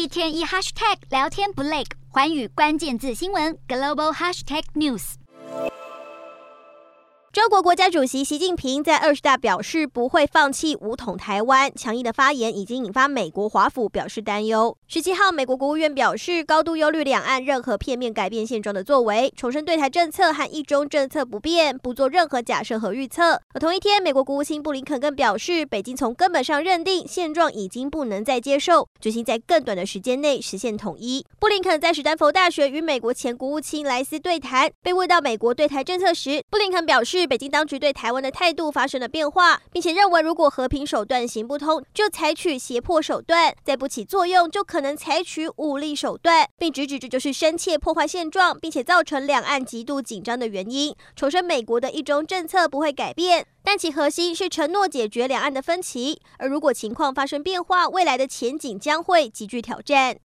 一天一 hashtag 聊天不累，寰宇关键字新闻 global hashtag news。 中国国家主席习近平在20大表示不会放弃武统台湾，强硬的发言已经引发美国华府表示担忧。17号，美国国务院表示高度忧虑两岸任何片面改变现状的作为，重申对台政策和一中政策不变，不做任何假设和预测。而同一天，美国国务卿布林肯更表示，北京从根本上认定现状已经不能再接受，决心在更短的时间内实现统一。布林肯在史丹佛大学与美国前国务卿莱斯对谈，被问到美国对台政策时，布林肯表示，北京当局对台湾的态度发生了变化，并且认为如果和平手段行不通，就采取胁迫手段，再不起作用就可能采取武力手段，并直指这就是深切破坏现状，并且造成两岸极度紧张的原因。重申美国的一中政策不会改变，但其核心是承诺解决两岸的分歧，而如果情况发生变化，未来的前景将会极具挑战。